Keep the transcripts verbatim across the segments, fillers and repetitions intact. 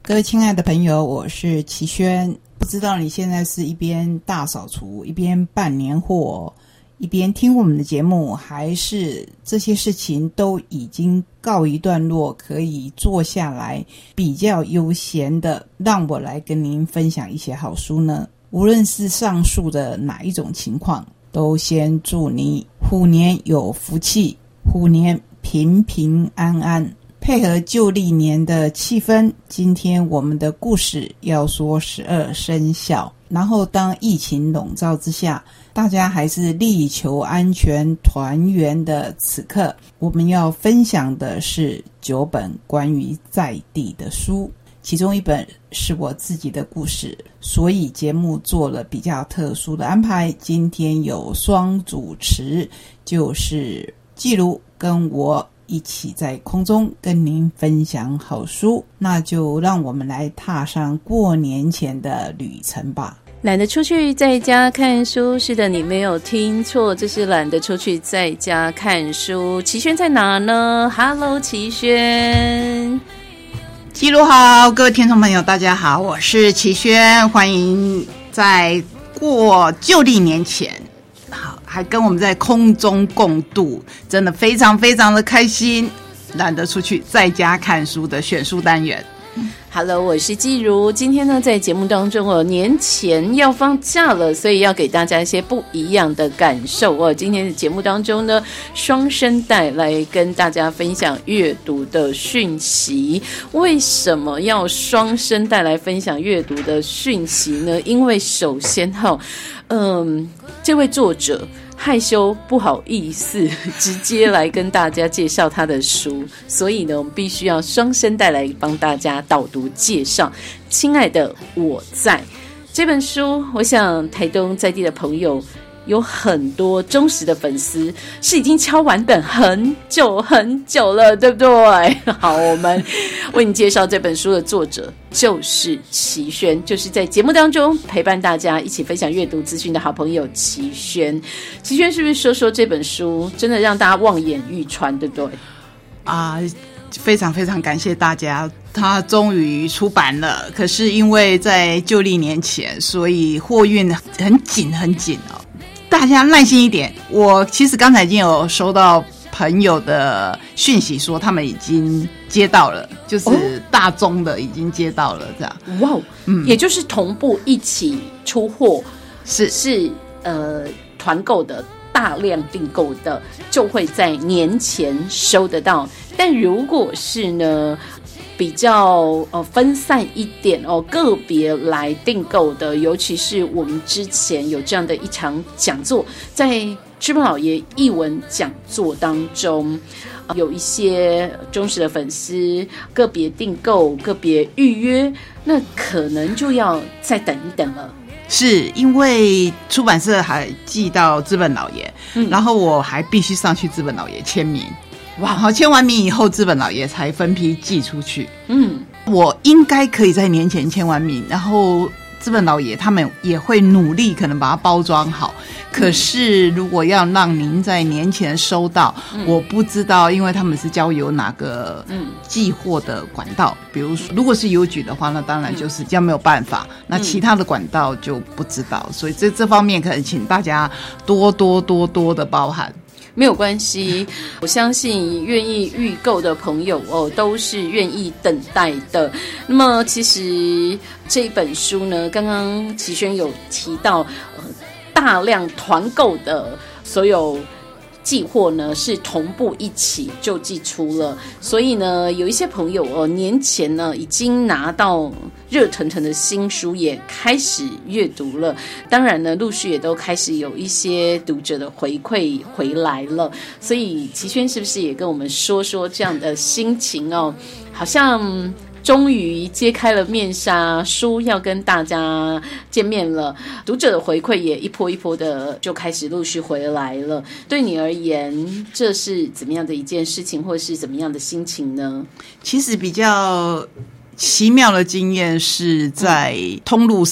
各位亲爱的朋友，我是齐轩。不知道你现在是一边大扫除，一边办年货，一边听我们的节目，还是这些事情都已经告一段落，可以坐下来比较悠闲的让我来跟您分享一些好书呢？无论是上述的哪一种情况，都先祝你虎年有福气，虎年平平安安。配合旧历年的气氛，今天我们的故事要说十二生肖。然后当疫情笼罩之下，大家还是力求安全团圆的此刻，我们要分享的是九本关于在地的书，其中一本是我自己的故事，所以节目做了比较特殊的安排。今天有双主持，就是纪如跟我一起在空中跟您分享好书，那就让我们来踏上过年前的旅程吧。 懒得出去在家看书，是的，你没有听错，这是懒得出去在家看书。齐轩在哪呢？ Hello 齐轩。 纪如好，各位听众朋友大家好，我是齐轩，欢迎在过旧历年前好，还跟我们在空中共度，真的非常非常的开心。懒得出去在家看书的选书单元。 Hello， 我是纪如。今天呢，在节目当中哦，年前要放假了，所以要给大家一些不一样的感受哦。今天的节目当中呢，双声带来跟大家分享阅读的讯息。为什么要双声带来分享阅读的讯息呢？因为首先哈，嗯，这位作者害羞不好意思直接来跟大家介绍他的书，所以呢我们必须要双声带来帮大家导读介绍。亲爱的我在这本书，我想台东在地的朋友有很多忠实的粉丝是已经敲完等很久很久了，对不对？好，我们为你介绍这本书的作者就是齐轩，就是在节目当中陪伴大家一起分享阅读资讯的好朋友齐轩。齐轩是不是说说这本书真的让大家望眼欲穿，对不对？ 啊，非常非常感谢大家，它终于出版了。可是因为在旧历年前，所以货运很紧很紧哦。大家耐心一点，我其实刚才已经有收到朋友的讯息说他们已经接到了，就是大宗的已经接到了这样。 哇、wow, 嗯，也就是同步一起出货， 是是呃团购的，大量订购的就会在年前收得到。但如果是呢比较呃分散一点哦，个别来订购的，尤其是我们之前有这样的一场讲座，在知本老爷译文讲座当中，呃、有一些忠实的粉丝个别订购、个别预约，那可能就要再等一等了。 是因为出版社还寄到资本老爷、嗯，然后我还必须上去资本老爷签名。哇，好，签完名以后，资本老爷才分批寄出去。嗯，我应该可以在年前签完名，然后资本老爷他们也会努力，可能把它包装好。可是如果要让您在年前收到，嗯、我不知道，因为他们是交由哪个寄货的管道。比如说，如果是邮局的话，那当然就是这样没有办法。嗯、那其他的管道就不知道，所以这这方面可能请大家多多多多的包涵。 没有关系，我相信愿意预购的朋友哦，都是愿意等待的。那么其实这本书呢，刚刚齐轩有提到、呃、大量团购的所有寄货呢是同步一起就寄出了，所以呢有一些朋友哦年前呢已经拿到热腾腾的新书，也开始阅读了。当然呢陆续也都开始有一些读者的回馈回来了，所以齐轩是不是也跟我们说说这样的心情哦？好像终于揭开了面纱，书要跟大家见面了，读者的回馈也一波一波的就开始陆续回来了。对你而言，这是怎么样的一件事情，或是怎么样的心情呢？ 其实比较奇妙的经验是在通路上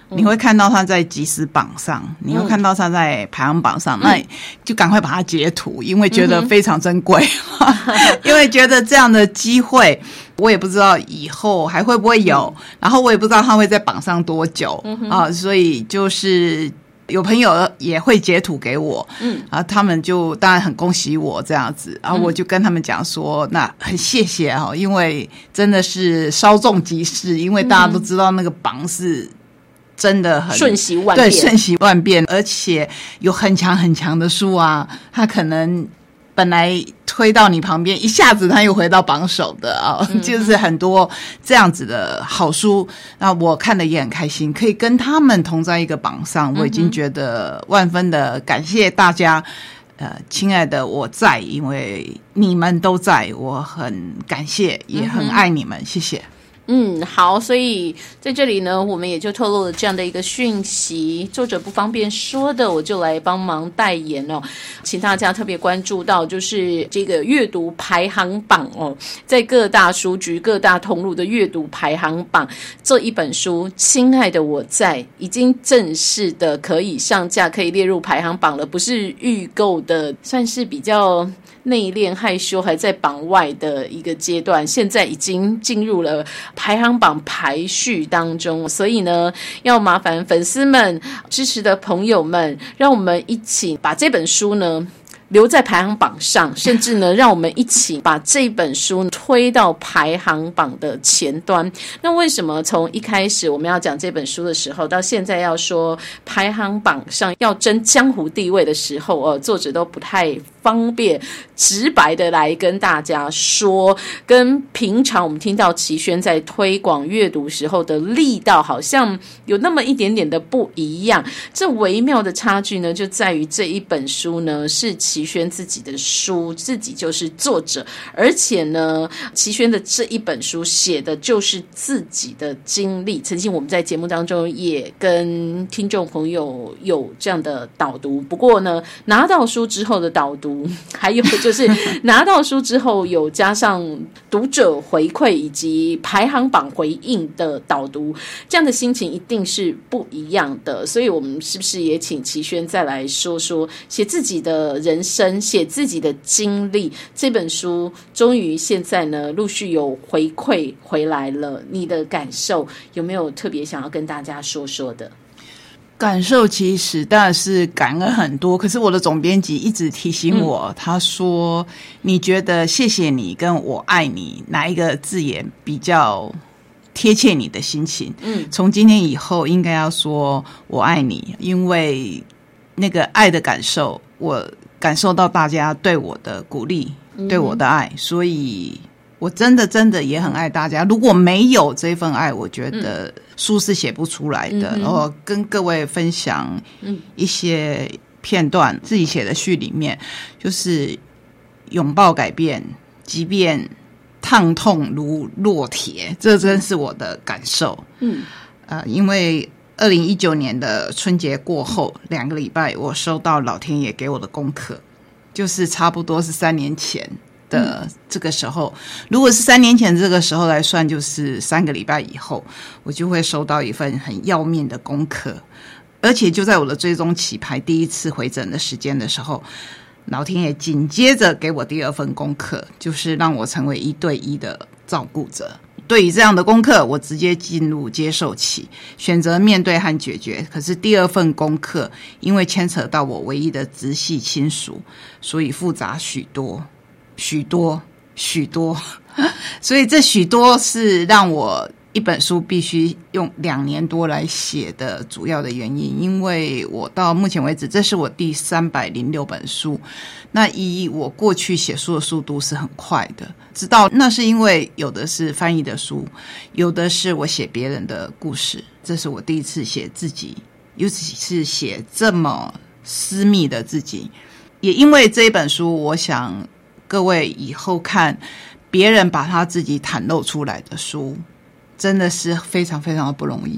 你会看到他在即时榜上，嗯、你会看到他在排行榜上，嗯、那就赶快把它截图，因为觉得非常珍贵，嗯、因为觉得这样的机会，我也不知道以后还会不会有，嗯、然后我也不知道他会在榜上多久、嗯、啊，所以就是有朋友也会截图给我，嗯，然后他们就当然很恭喜我这样子，然后我就跟他们讲说，嗯、那很谢谢哈，因为真的是稍纵即逝，因为大家都知道那个榜是真的很瞬息万变， 对，瞬息万变，而且有很强很强的书啊，它可能本来推到你旁边，一下子他又回到榜首的啊，嗯、就是很多这样子的好书，那我看的也很开心，可以跟他们同在一个榜上，我已经觉得万分的感谢大家。呃，亲爱的，我在，因为你们都在，我很感谢，也很爱你们，嗯、谢谢。 嗯，好，所以在这里呢，我们也就透露了这样的一个讯息，作者不方便说的，我就来帮忙代言哦，请大家特别关注到，就是这个阅读排行榜哦，在各大书局、各大通路的阅读排行榜这一本书，亲爱的我在，已经正式的可以上架，可以列入排行榜了，不是预购的，算是比较内敛害羞还在榜外的一个阶段，现在已经进入了排行榜排序当中，所以呢，要麻烦粉丝们、支持的朋友们，让我们一起把这本书呢留在排行榜上，甚至呢，让我们一起把这本书推到排行榜的前端。那为什么从一开始我们要讲这本书的时候，到现在要说排行榜上要争江湖地位的时候，呃，作者都不太方便直白的来跟大家说，跟平常我们听到齐轩在推广阅读时候的力道好像有那么一点点的不一样。这微妙的差距呢，就在于这一本书呢是齐轩自己的书，自己就是作者，而且呢，齐轩的这一本书写的就是自己的经历。曾经我们在节目当中也跟听众朋友有这样的导读，不过呢，拿到书之后的导读，还有就是拿到书之后有加上读者回馈以及排行榜回应的导读，这样的心情一定是不一样的。所以我们是不是也请齐轩再来说说写自己的人生，写自己的经历，这本书终于现在呢陆续有回馈回来了，你的感受有没有特别想要跟大家说说的？ 感受其实当然是感恩很多，可是我的总编辑一直提醒我，嗯、他说你觉得谢谢你跟我爱你哪一个字眼比较贴切你的心情？嗯，从今天以后应该要说我爱你，因为那个爱的感受，我感受到大家对我的鼓励，嗯、对我的爱，所以我真的真的也很爱大家。如果没有这份爱，我觉得书是写不出来的。嗯、然后跟各位分享一些片段，嗯、自己写的序里面，就是拥抱改变，即便烫痛如烙铁，这真是我的感受。嗯，呃，因为二零一九年的春节过后两个礼拜，我收到老天爷给我的功课，就是差不多是三年前的这个时候，如果是三年前这个时候来算，就是三个礼拜以后，我就会收到一份很要命的功课，而且就在我的追踪期排第一次回诊的时间的时候，老天爷紧接着给我第二份功课，就是让我成为一对一的照顾者。对于这样的功课，我直接进入接受期，选择面对和解决。可是第二份功课，因为牵扯到我唯一的直系亲属，所以复杂许多许多许多，所以这许多是让我一本书必须用两年多来写的主要的原因。因为我到目前为止，这是我第三百零六本书，那以我过去写书的速度是很快的，知道那是因为有的是翻译的书，有的是我写别人的故事，这是我第一次写自己，尤其是写这么私密的自己。也因为这一本书，我想各位以后看别人把他自己袒露出来的书，真的是非常非常的不容易。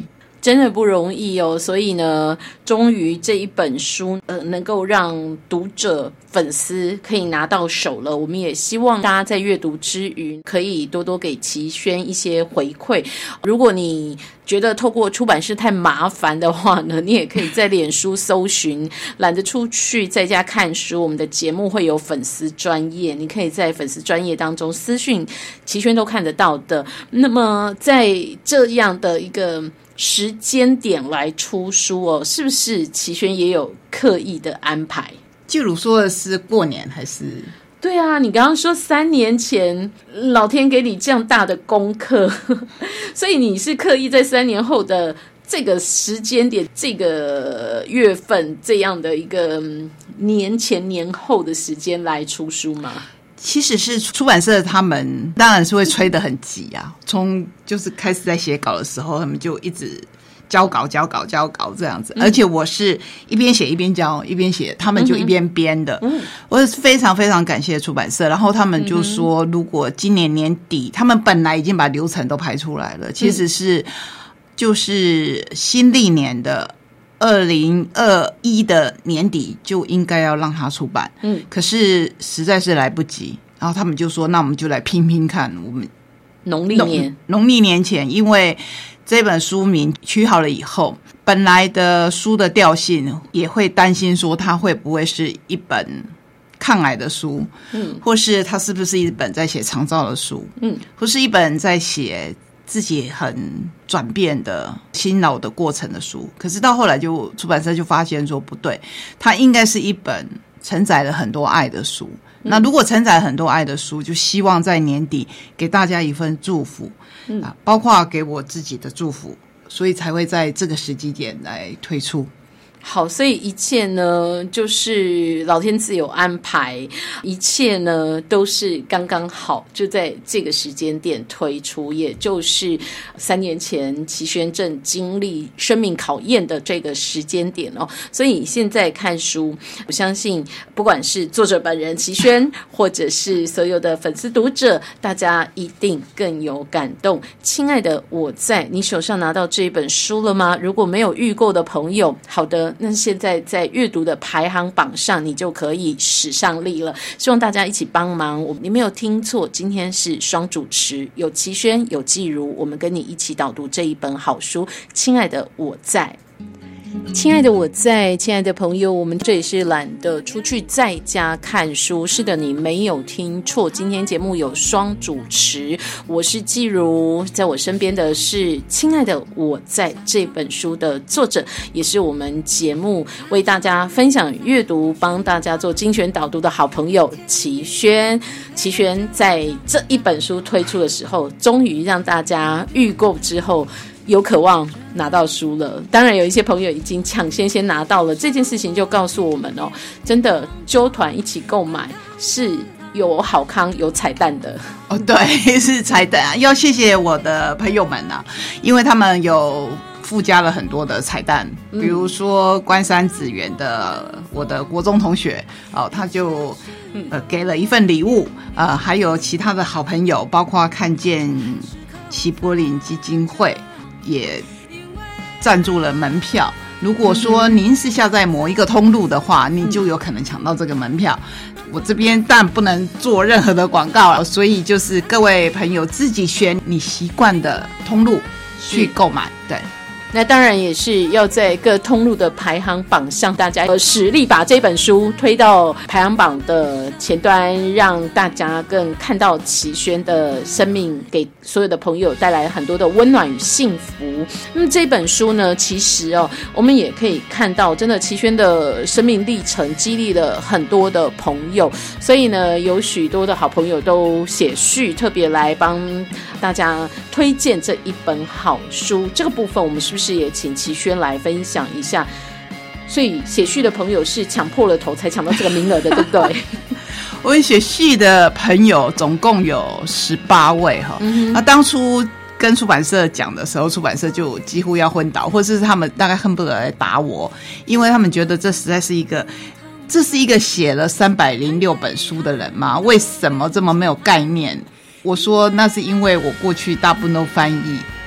真的不容易哦。所以呢，终于这一本书呃能够让读者粉丝可以拿到手了。我们也希望大家在阅读之余可以多多给齐宣一些回馈。如果你觉得透过出版社太麻烦的话呢，你也可以在脸书搜寻懒得出去在家看书，我们的节目会有粉丝专页，你可以在粉丝专页当中私讯齐宣都看得到的。那么在这样的一个时间点来出书哦，是不是齐宣也有刻意的安排？ 季如说的是过年还是？ 对啊，你刚刚说三年前老天给你这样大的功课，所以你是刻意在三年后的这个时间点、这个月份这样的一个年前年后的时间来出书吗？ 其实是出版社他们当然是会催得很急啊，从就是开始在写稿的时候，他们就一直交稿交稿交稿这样子、嗯、而且我是一边写一边交一边写，他们就一边编的、嗯、我是非常非常感谢出版社。然后他们就说如果今年年底，他们本来已经把流程都排出来了，其实是就是新历年的二零二一的年底就应该要让它出版，嗯，可是实在是来不及。然后他们就说那我们就来拼拼看，我们农历年农历年前，因为这本书名取好了以后，本来的书的调性也会担心说它会不会是一本抗癌的书，嗯，或是它是不是一本在写长照的书，嗯，或是一本在写自己很转变的辛劳的过程的书。可是到后来就出版社就发现说不对，它应该是一本承载了很多爱的书。那如果承载很多爱的书，就希望在年底给大家一份祝福、嗯啊、包括给我自己的祝福，所以才会在这个时机点来推出。 好，所以一切呢就是老天自有安排，一切呢都是刚刚好，就在这个时间点推出，也就是三年前齐宣正经历生命考验的这个时间点哦。所以现在看书，我相信不管是作者本人齐宣，或者是所有的粉丝读者，大家一定更有感动。亲爱的我在，你手上拿到这一本书了吗？如果没有预购的朋友，好的，那现在在阅读的排行榜上你就可以使上力了，希望大家一起帮忙。你没有听错，今天是双主持，有齐宣有季如，我们跟你一起导读这一本好书。亲爱的我在，亲爱的我在，亲爱的朋友，我们这里是懒得出去在家看书。是的，你没有听错，今天节目有双主持，我是季如，在我身边的是亲爱的我在这本书的作者，也是我们节目为大家分享阅读，帮大家做精选导读的好朋友齐宣。齐宣在这一本书推出的时候，终于让大家预购之后有渴望拿到书了。当然有一些朋友已经抢先先拿到了，这件事情就告诉我们哦，真的揪团一起购买是有好康有彩蛋的哦。对，是彩蛋啊，要谢谢我的朋友们啊，因为他们有附加了很多的彩蛋，比如说关山子园的我的国中同学哦，他就呃给了一份礼物，呃还有其他的好朋友，包括看见齐柏林基金会也赞助了门票。如果说您是下载某一个通路的话，你就有可能抢到这个门票。我这边当然不能做任何的广告了，所以就是各位朋友自己选你习惯的通路去购买。对， 那当然也是要在各通路的排行榜上，大家使力把这本书推到排行榜的前端，让大家更看到齐宣的生命给所有的朋友带来很多的温暖与幸福。那么这本书呢，其实哦，我们也可以看到，真的齐宣的生命历程激励了很多的朋友，所以呢，有许多的好朋友都写序，特别来帮大家推荐这一本好书。这个部分我们是不是也请齐宣来分享一下？所以写序的朋友是抢破了头才抢到这个名额的，对不对？ 我们写序的朋友总共有十八位哈、嗯。那当初跟出版社讲的时候，出版社就几乎要昏倒，或是他们大概恨不得来打我，因为他们觉得这实在是一个。这是一个写了三百零六本书的人吗？为什么这么没有概念？我说那是因为我过去大部分都翻译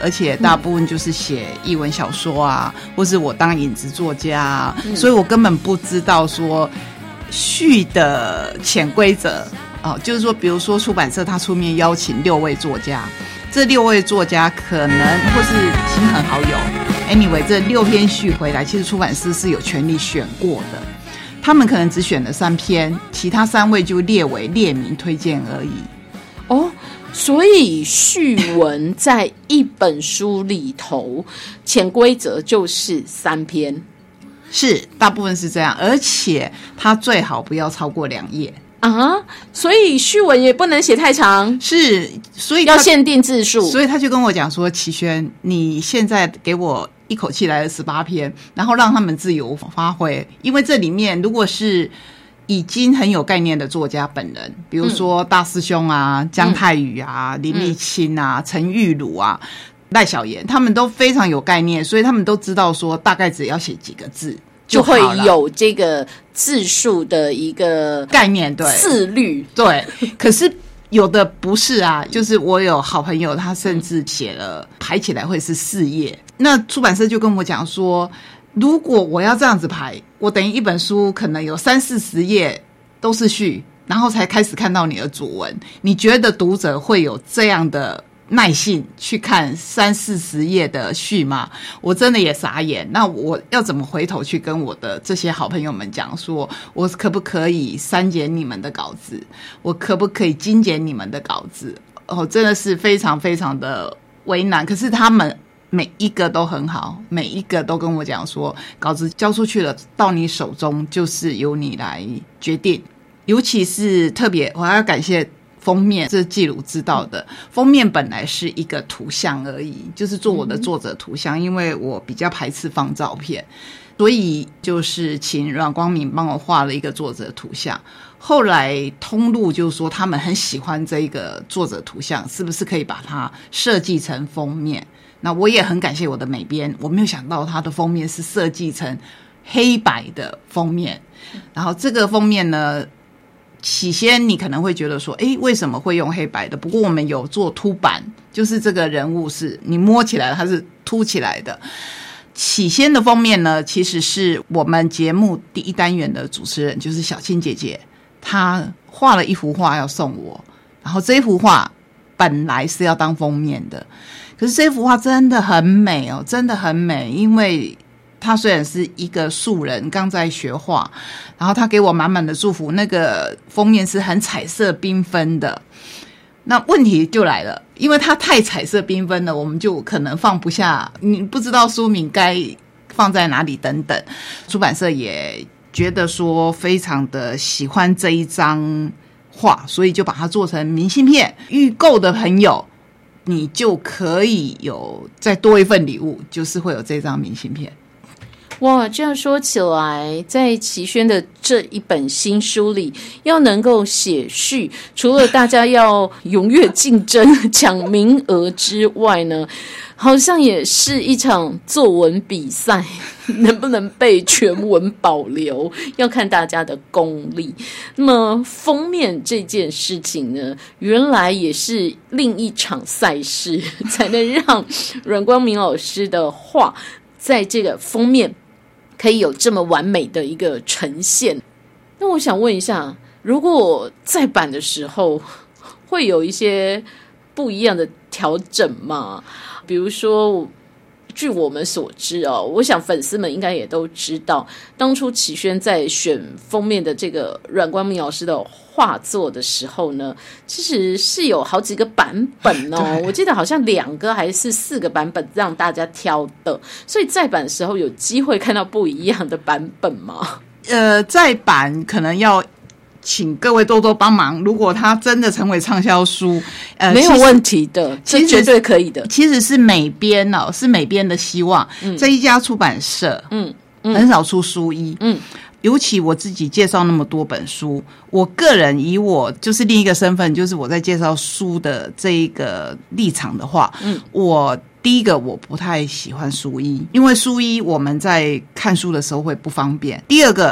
而且大部分就是写译文小说啊，或是我当影子作家啊，嗯、所以我根本不知道说序的潜规则哦，就是说，比如说出版社他出面邀请六位作家，这六位作家可能或是亲朋好友 ，anyway， 这六篇序回来，其实出版社是有权利选过的。他们可能只选了三篇，其他三位就列为列名推荐而已。 哦，所以序文在一本书里头，潜规则就是三篇， 是大部分是这样，而且它最好不要超过两页啊。所以序文也不能写太长， 是，所以要限定字数。 所以他就跟我讲说：“齐轩，你现在给我。”一口气来了十八篇，然后让他们自由发挥，因为这里面如果是已经很有概念的作家本人，比如说大师兄啊、嗯、姜太宇啊、嗯、林立清啊、嗯、陈玉茹啊、赖小妍，他们都非常有概念，所以他们都知道说大概只要写几个字就好了， 就会有这个字数的一个概念，对， 字律， 对。可是有的不是啊，就是我有好朋友，他甚至写了排起来会是四页。那出版社就跟我讲说，如果我要这样子排，我等于一本书可能有三四十页都是序，然后才开始看到你的主文。你觉得读者会有这样的耐性去看三四十页的序吗？我真的也傻眼。那我要怎么回头去跟我的这些好朋友们讲说，我可不可以删减你们的稿子？我可不可以精简你们的稿子？哦，真的是非常非常的为难。可是他们每一个都很好，每一个都跟我讲说，稿子交出去了，到你手中就是由你来决定。尤其是特别，我还要感谢封面，这是纪录知道的。封面本来是一个图像而已，就是做我的作者图像，因为我比较排斥放照片，所以就是请阮光明帮我画了一个作者图像。后来通路就说他们很喜欢这一个作者图像，是不是可以把它设计成封面？那我也很感谢我的美编，我没有想到它的封面是设计成黑白的封面。然后这个封面呢，起先你可能会觉得说，诶，为什么会用黑白的？不过我们有做凸版，就是这个人物是你摸起来它是凸起来的。起先的封面呢，其实是我们节目第一单元的主持人，就是小青姐姐，她画了一幅画要送我，然后这幅画本来是要当封面的，可是这幅画真的很美哦，真的很美，因为他虽然是一个素人，刚在学画，然后他给我满满的祝福，那个封面是很彩色缤纷的。那问题就来了，因为它太彩色缤纷了，我们就可能放不下，你不知道书名该放在哪里等等。出版社也觉得说非常的喜欢这一张画，所以就把它做成明信片，预购的朋友你就可以有再多一份礼物，就是会有这张明信片。 哇，这样说起来，在齐轩的这一本新书里，要能够写序，除了大家要踊跃竞争抢名额之外呢，好像也是一场作文比赛，能不能被全文保留，要看大家的功力。那么封面这件事情呢，原来也是另一场赛事，才能让阮光明老师的画在这个封面可以有这么完美的一个呈现。那我想问一下，如果再版的时候会有一些不一样的调整吗？比如说，据我们所知哦，我想粉丝们应该也都知道，当初齐轩在选封面的这个阮光明老师的画作的时候呢，其实是有好几个版本哦，我记得好像两个还是四个版本让大家挑的，所以再版的时候有机会看到不一样的版本吗？ 呃，再版可能要请各位多多帮忙，如果它真的成为畅销书，呃， 没有问题的，这绝对可以的。 其实是美编哦，是美编的希望。嗯，这一家出版社，嗯，嗯很少出书衣，嗯，尤其我自己介绍那么多本书，我个人以我就是另一个身份，就是我在介绍书的这一个立场的话，嗯，我第一个我不太喜欢书衣，因为书衣我们在看书的时候会不方便。第二个，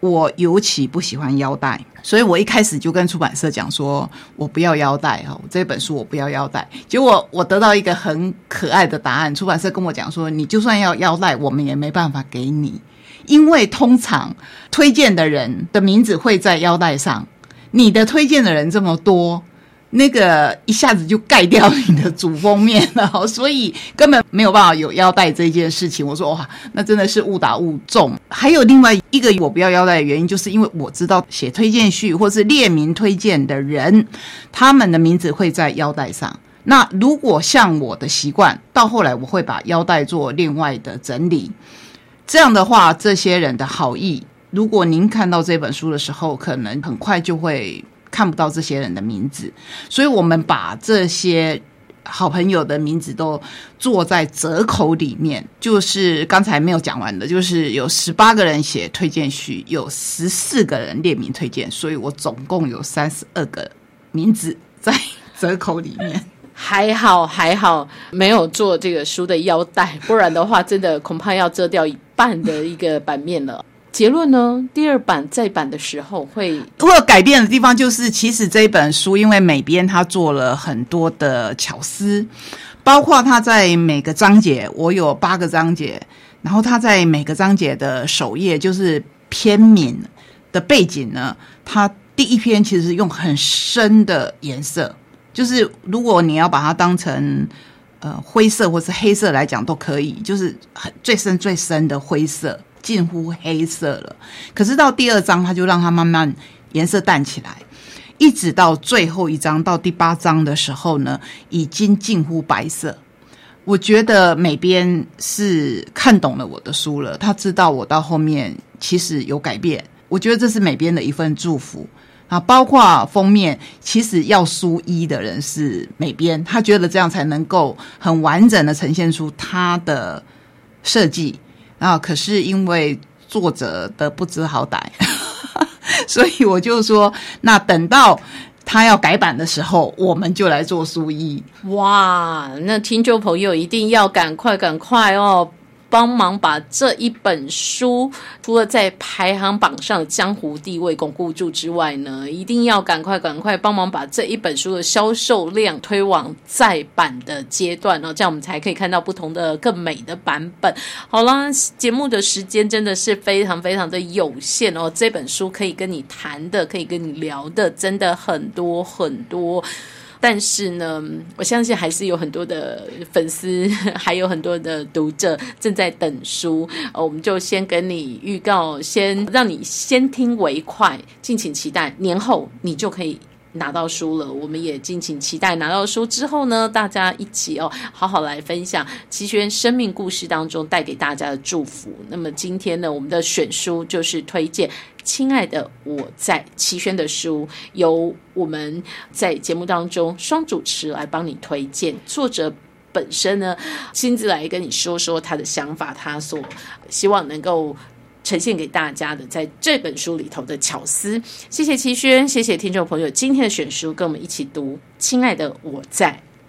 我尤其不喜欢腰带，所以我一开始就跟出版社讲说我不要腰带，我这本书我不要腰带。结果我得到一个很可爱的答案，出版社跟我讲说你就算要腰带我们也没办法给你，因为通常推荐的人的名字会在腰带上，你的推荐的人这么多，那个一下子就盖掉你的主封面了，所以根本没有办法有腰带这件事情。我说哇，那真的是误打误中。还有另外一个我不要腰带的原因，就是因为我知道写推荐序或是列名推荐的人，他们的名字会在腰带上。那如果像我的习惯，到后来我会把腰带做另外的整理，这样的话这些人的好意，如果您看到这本书的时候，可能很快就会看不到这些人的名字，所以我们把这些好朋友的名字都做在折口里面。就是刚才没有讲完的，就是有十八个人写推荐序，有十四个人列名推荐，所以我总共有三十二个名字在折口里面。 还好还好没有做这个书的腰带，不然的话真的恐怕要遮掉一半的一个版面了。结论呢？第二版再版的时候会会有改变的地方，就是其实这本书因为美编他做了很多的巧思，包括他在每个章节，我有八个章节，然后他在每个章节的首页，就是篇名的背景呢，他第一篇其实是用很深的颜色，就是如果你要把它当成呃灰色或是黑色来讲都可以，就是很最深最深的灰色，近乎黑色了。可是到第二章他就让它慢慢颜色淡起来，一直到最后一章到第八章的时候呢，已经近乎白色。我觉得美编是看懂了我的书了，他知道我到后面其实有改变，我觉得这是美编的一份祝福啊。包括封面，其实要书衣的人是美编，他觉得这样才能够很完整的呈现出他的设计啊。可是因为作者的不知好歹所以我就说那等到他要改版的时候，我们就来做书衣。 哇，那听众朋友一定要赶快赶快哦，帮忙把这一本书除了在排行榜上的江湖地位巩固住之外呢，一定要赶快赶快帮忙把这一本书的销售量推往再版的阶段哦，这样我们才可以看到不同的更美的版本。好啦，节目的时间真的是非常非常的有限哦，这本书可以跟你谈的，可以跟你聊的真的很多很多。但是呢，我相信还是有很多的粉丝，还有很多的读者正在等书。呃，我们就先跟你预告，先让你先听为快，敬请期待。年后你就可以拿到书了，我们也敬请期待拿到书之后呢，大家一起哦，好好来分享齐轩生命故事当中带给大家的祝福。那么今天呢，我们的选书就是推荐亲爱的我在齐轩的书，由我们在节目当中双主持来帮你推荐，作者本身呢亲自来跟你说说他的想法，他所希望能够呈现给大家的在这本书里头的巧思。谢谢齐轩，谢谢听众朋友今天的选书跟我们一起读亲爱的我在。